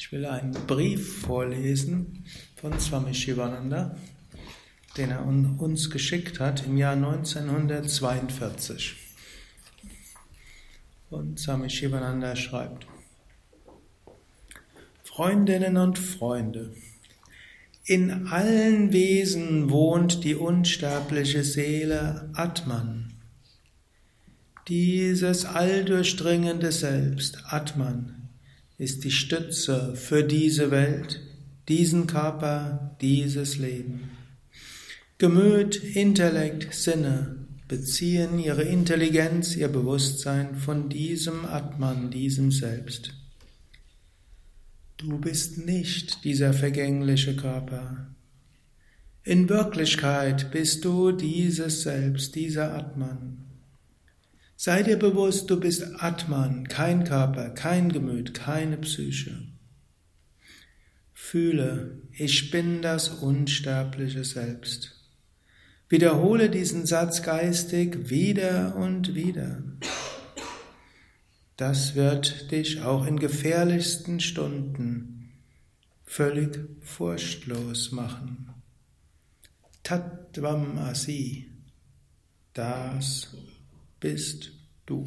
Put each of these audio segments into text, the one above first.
Ich will einen Brief vorlesen von Swami Shivananda, den er uns geschickt hat im Jahr 1942. Und Swami Shivananda schreibt: Freundinnen und Freunde, in allen Wesen wohnt die unsterbliche Seele Atman. Dieses alldurchdringende Selbst, Atman, ist die Stütze für diese Welt, diesen Körper, dieses Leben. Gemüt, Intellekt, Sinne beziehen ihre Intelligenz, ihr Bewusstsein von diesem Atman, diesem Selbst. Du bist nicht dieser vergängliche Körper. In Wirklichkeit bist du dieses Selbst, dieser Atman. Sei dir bewusst, du bist Atman, kein Körper, kein Gemüt, keine Psyche. Fühle, ich bin das unsterbliche Selbst. Wiederhole diesen Satz geistig wieder und wieder. Das wird dich auch in gefährlichsten Stunden völlig furchtlos machen. Tattvam Asi, das bist du.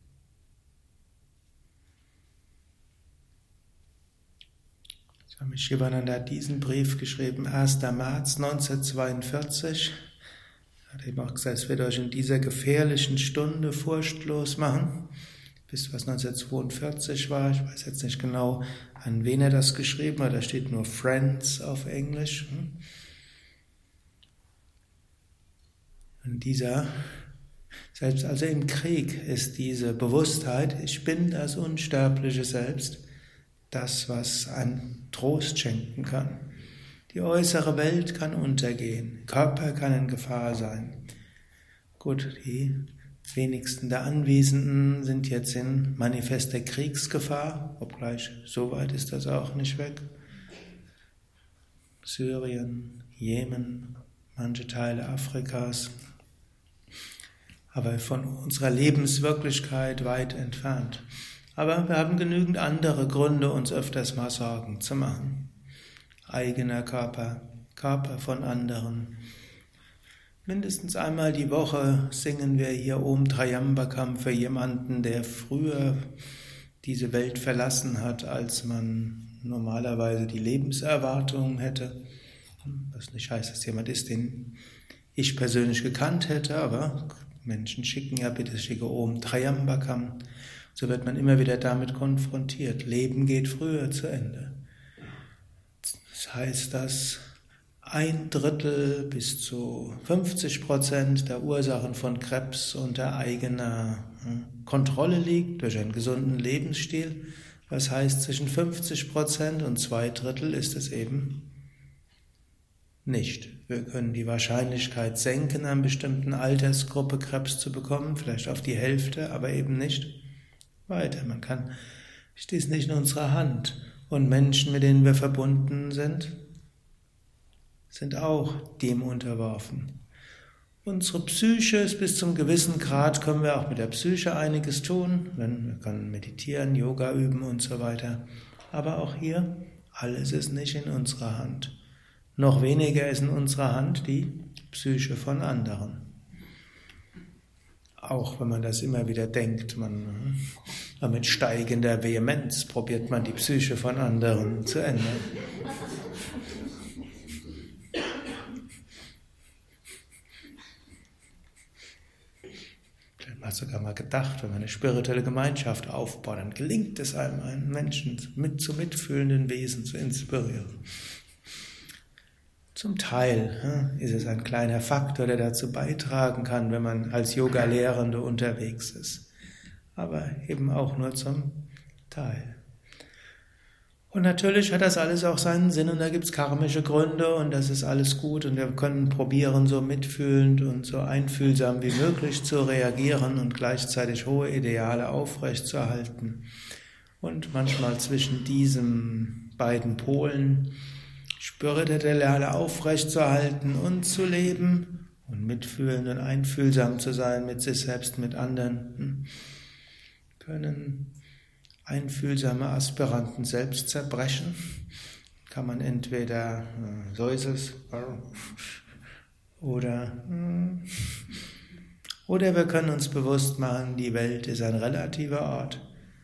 Swami Shivananda hat diesen Brief geschrieben, 1. März 1942. Er hat eben auch gesagt, es wird euch in dieser gefährlichen Stunde furchtlos machen. Bis was 1942 war, ich weiß jetzt nicht genau, an wen er das geschrieben hat, da steht nur Friends auf Englisch. Und selbst also im Krieg ist diese Bewusstheit, ich bin das unsterbliche Selbst, das, was einen Trost schenken kann. Die äußere Welt kann untergehen, Körper kann in Gefahr sein. Gut, die wenigsten der Anwesenden sind jetzt in manifester Kriegsgefahr, obgleich so weit ist das auch nicht weg. Syrien, Jemen, manche Teile Afrikas, aber von unserer Lebenswirklichkeit weit entfernt. Aber wir haben genügend andere Gründe, uns öfters mal Sorgen zu machen. Eigener Körper, Körper von anderen. Mindestens einmal die Woche singen wir hier Om Trayambakam für jemanden, der früher diese Welt verlassen hat, als man normalerweise die Lebenserwartung hätte. Was nicht heißt, dass jemand ist, den ich persönlich gekannt hätte, aber Menschen schicken ja, bitte schicke Om Trayambakam. So wird man immer wieder damit konfrontiert. Leben geht früher zu Ende. Das heißt, dass 1/3 bis zu 50% der Ursachen von Krebs unter eigener Kontrolle liegt, durch einen gesunden Lebensstil. Was heißt, zwischen 50% und 2/3 ist es eben nicht. Wir können die Wahrscheinlichkeit senken, einer bestimmten Altersgruppe Krebs zu bekommen, vielleicht auf die Hälfte, aber eben nicht weiter. Steht nicht in unserer Hand. Und Menschen, mit denen wir verbunden sind auch dem unterworfen. Unsere Psyche ist bis zum gewissen Grad, können wir auch mit der Psyche einiges tun. Wir können meditieren, Yoga üben und so weiter. Aber auch hier, alles ist nicht in unserer Hand. Noch weniger ist in unserer Hand die Psyche von anderen. Auch wenn man das immer wieder denkt, mit steigender Vehemenz probiert man die Psyche von anderen zu ändern. Vielleicht hat man sogar mal gedacht, wenn man eine spirituelle Gemeinschaft aufbaut, dann gelingt es einem, einen Menschen zu mitfühlenden Wesen zu inspirieren. Zum Teil ist es ein kleiner Faktor, der dazu beitragen kann, wenn man als Yoga-Lehrende unterwegs ist. Aber eben auch nur zum Teil. Und natürlich hat das alles auch seinen Sinn und da gibt es karmische Gründe und das ist alles gut und wir können probieren, so mitfühlend und so einfühlsam wie möglich zu reagieren und gleichzeitig hohe Ideale aufrechtzuerhalten. Und manchmal zwischen diesen beiden Polen Spirituelle aufrechtzuerhalten und zu leben und mitfühlend und einfühlsam zu sein mit sich selbst, mit anderen, können einfühlsame Aspiranten selbst zerbrechen. Kann man entweder so ist es oder wir können uns bewusst machen, die Welt ist ein relativer Ort,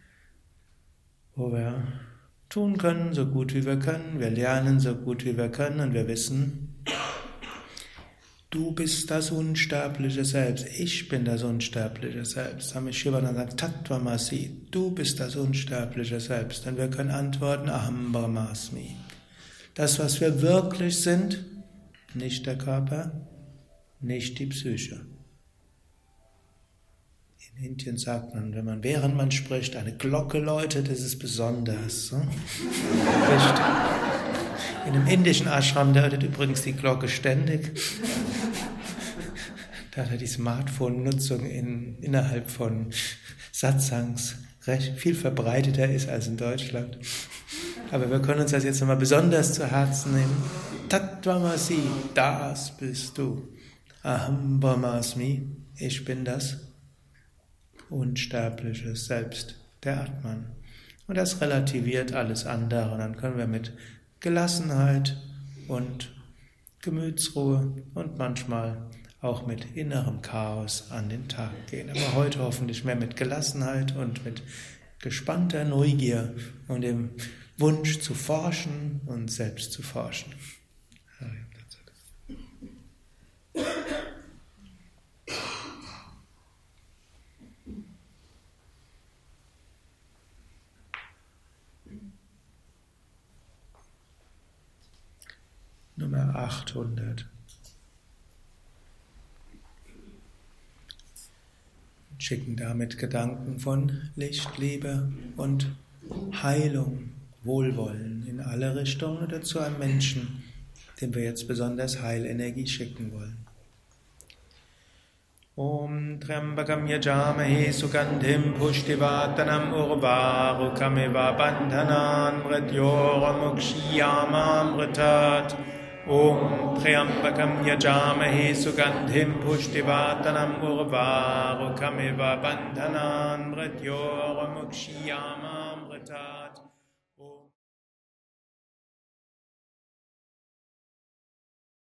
wo wir tun können, so gut wie wir können, wir lernen so gut wie wir können und wir wissen, du bist das unsterbliche Selbst, ich bin das unsterbliche Selbst. Swami Shivananda sagt, Tattvamasi, du bist das unsterbliche Selbst. Und wir können antworten, Aham Brahmasmi. Das, was wir wirklich sind, nicht der Körper, nicht die Psyche. In Indien sagt man, während man spricht, eine Glocke läutet, ist es besonders. So? In einem indischen Ashram, da läutet übrigens die Glocke ständig. Da die Smartphone-Nutzung innerhalb von Satsangs recht viel verbreiteter ist als in Deutschland. Aber wir können uns das jetzt nochmal besonders zu Herzen nehmen. Tattvamasi, das bist du. Aham Brahmasmi, ich bin das unsterbliche Selbst, der Atman. Und das relativiert alles andere. Und dann können wir mit Gelassenheit und Gemütsruhe und manchmal auch mit innerem Chaos an den Tag gehen. Aber heute hoffentlich mehr mit Gelassenheit und mit gespannter Neugier und dem Wunsch zu forschen und selbst zu forschen. Nummer 800. Schicken damit Gedanken von Licht, Liebe und Heilung, Wohlwollen in alle Richtungen oder zu einem Menschen, dem wir jetzt besonders Heilenergie schicken wollen. Om Trambakam Yajamahe Sugandhim Pushtivartanam Urvarukamiva Bandhanan Mrityora Om Triambakam Yajamahe Sugandhim Pushtivartanam Urvarukamiva Bandhanan Mrityora Mukshiyamamritat